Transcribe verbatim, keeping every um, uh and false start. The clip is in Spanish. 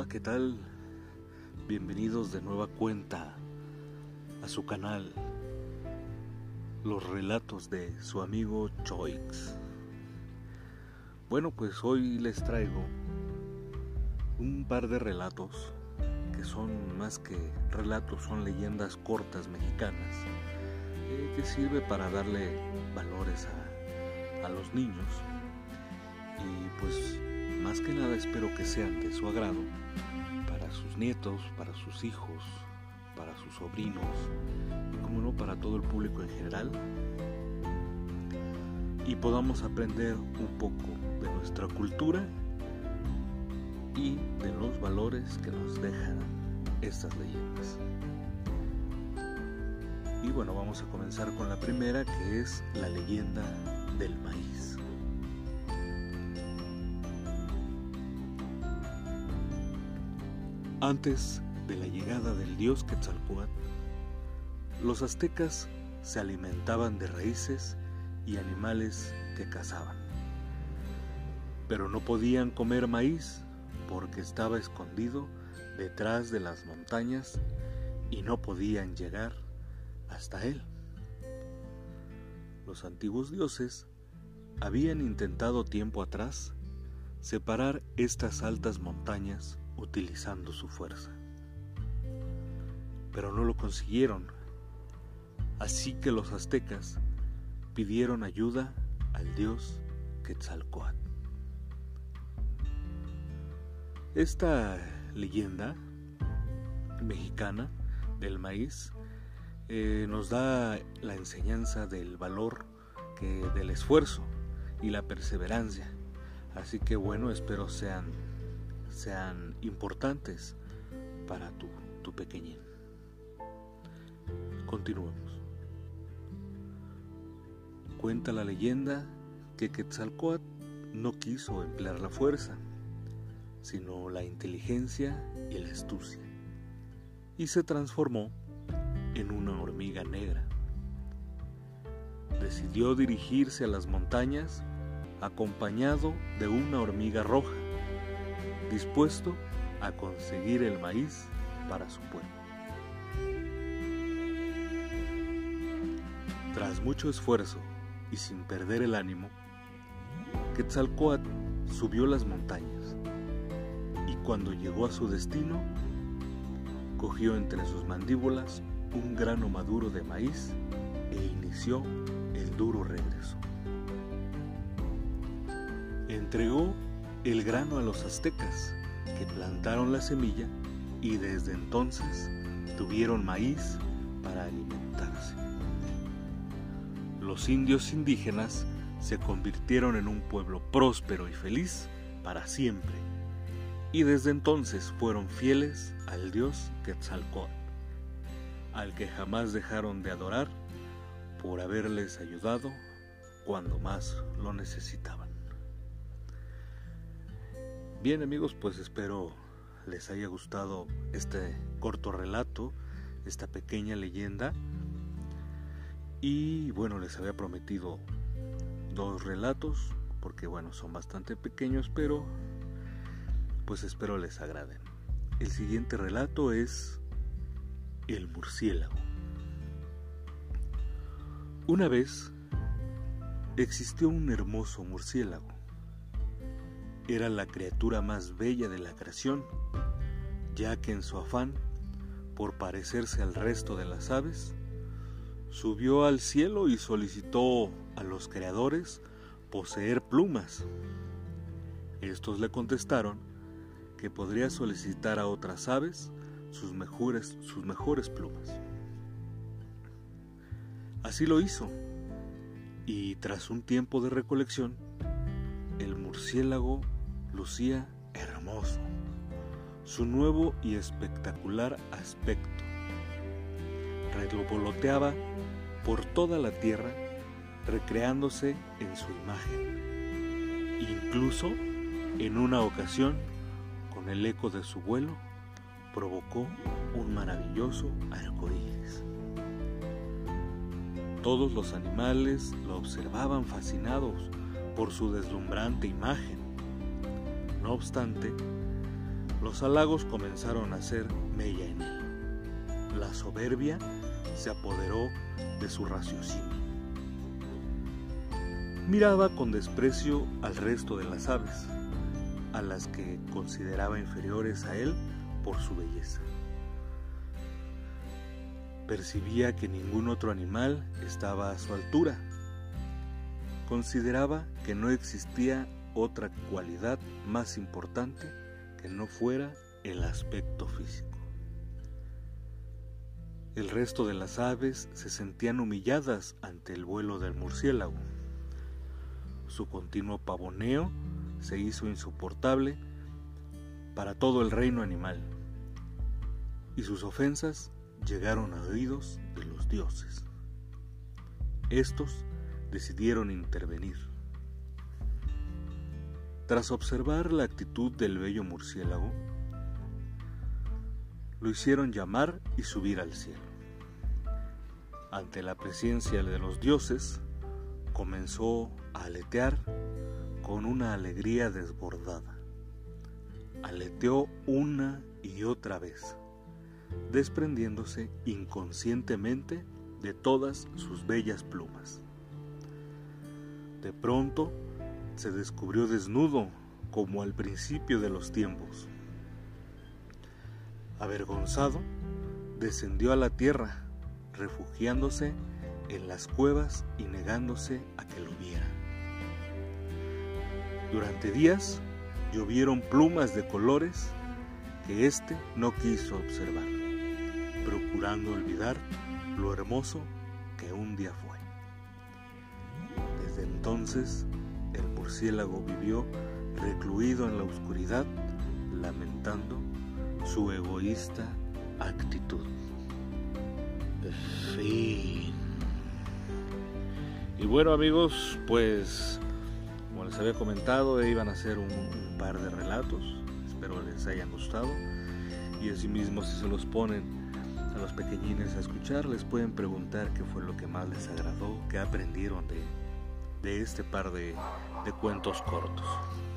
Hola, ¿qué tal? Bienvenidos de nueva cuenta a su canal, los relatos de su amigo Choix. Bueno, pues hoy les traigo un par de relatos que son más que relatos, son leyendas cortas mexicanas eh, que sirve para darle valores a, a los niños y pues más que nada espero que sean de su agrado para sus nietos, para sus hijos, para sus sobrinos y como no para todo el público en general, y podamos aprender un poco de nuestra cultura y de los valores que nos dejan estas leyendas. Y bueno, vamos a comenzar con la primera, que es la leyenda del maíz. Antes de la llegada del dios Quetzalcóatl, los aztecas se alimentaban de raíces y animales que cazaban. Pero no podían comer maíz porque estaba escondido detrás de las montañas y no podían llegar hasta él. Los antiguos dioses habían intentado tiempo atrás separar estas altas montañas utilizando su fuerza, pero no lo consiguieron, así que los aztecas pidieron ayuda al dios Quetzalcóatl. Esta leyenda mexicana del maíz eh, nos da la enseñanza del valor que, del esfuerzo y la perseverancia, así que bueno, espero sean sean importantes para tu, tu pequeñín. Continuemos. Cuenta la leyenda que Quetzalcóatl no quiso emplear la fuerza, sino la inteligencia y la astucia, y se transformó en una hormiga negra. Decidió dirigirse a las montañas acompañado de una hormiga roja, dispuesto a conseguir el maíz para su pueblo. Tras mucho esfuerzo y sin perder el ánimo, Quetzalcóatl subió las montañas y cuando llegó a su destino, cogió entre sus mandíbulas un grano maduro de maíz e inició el duro regreso. Entregó el grano a los aztecas, que plantaron la semilla y desde entonces tuvieron maíz para alimentarse. Los indios indígenas se convirtieron en un pueblo próspero y feliz para siempre, y desde entonces fueron fieles al dios Quetzalcóatl, al que jamás dejaron de adorar por haberles ayudado cuando más lo necesitaban. Bien amigos, pues espero les haya gustado este corto relato, esta pequeña leyenda. Y bueno, les había prometido dos relatos, porque bueno, son bastante pequeños, pero pues espero les agraden. El siguiente relato es el murciélago. Una vez existió un hermoso murciélago. Era la criatura más bella de la creación, ya que en su afán por parecerse al resto de las aves, subió al cielo y solicitó a los creadores poseer plumas. Estos le contestaron que podría solicitar a otras aves sus mejores, sus mejores plumas. Así lo hizo, y tras un tiempo de recolección, el murciélago lucía hermoso, su nuevo y espectacular aspecto revoloteaba por toda la tierra, recreándose en su imagen. Incluso, en una ocasión, con el eco de su vuelo, provocó un maravilloso arcoíris. Todos los animales lo observaban fascinados por su deslumbrante imagen. No obstante, Los halagos comenzaron a hacer mella en él. La soberbia se apoderó de su raciocinio. Miraba con desprecio al resto de las aves, a las que consideraba inferiores a él por su belleza. Percibía que ningún otro animal estaba a su altura. Consideraba que no existía otra cualidad más importante que no fuera el aspecto físico. El resto de las aves se sentían humilladas ante el vuelo del murciélago. Su continuo pavoneo se hizo insoportable para todo el reino animal, y sus ofensas llegaron a oídos de los dioses. Estos decidieron intervenir. Tras observar la actitud del bello murciélago, lo hicieron llamar y subir al cielo. Ante la presencia de los dioses, comenzó a aletear con una alegría desbordada. Aleteó una y otra vez, desprendiéndose inconscientemente de todas sus bellas plumas. De pronto se descubrió desnudo como al principio de los tiempos. Avergonzado, descendió a la tierra, refugiándose en las cuevas y negándose a que lo vieran. Durante días llovieron plumas de colores que éste no quiso observar, procurando olvidar lo hermoso que un día fue. Desde entonces, el murciélago vivió recluido en la oscuridad, lamentando su egoísta actitud. Fin. Y bueno, amigos, pues como les había comentado, iban a hacer un, un par de relatos. Espero les hayan gustado, y asimismo, si se los ponen a los pequeñines a escuchar, les pueden preguntar qué fue lo que más les agradó, qué aprendieron de, de este par de, de cuentos cortos.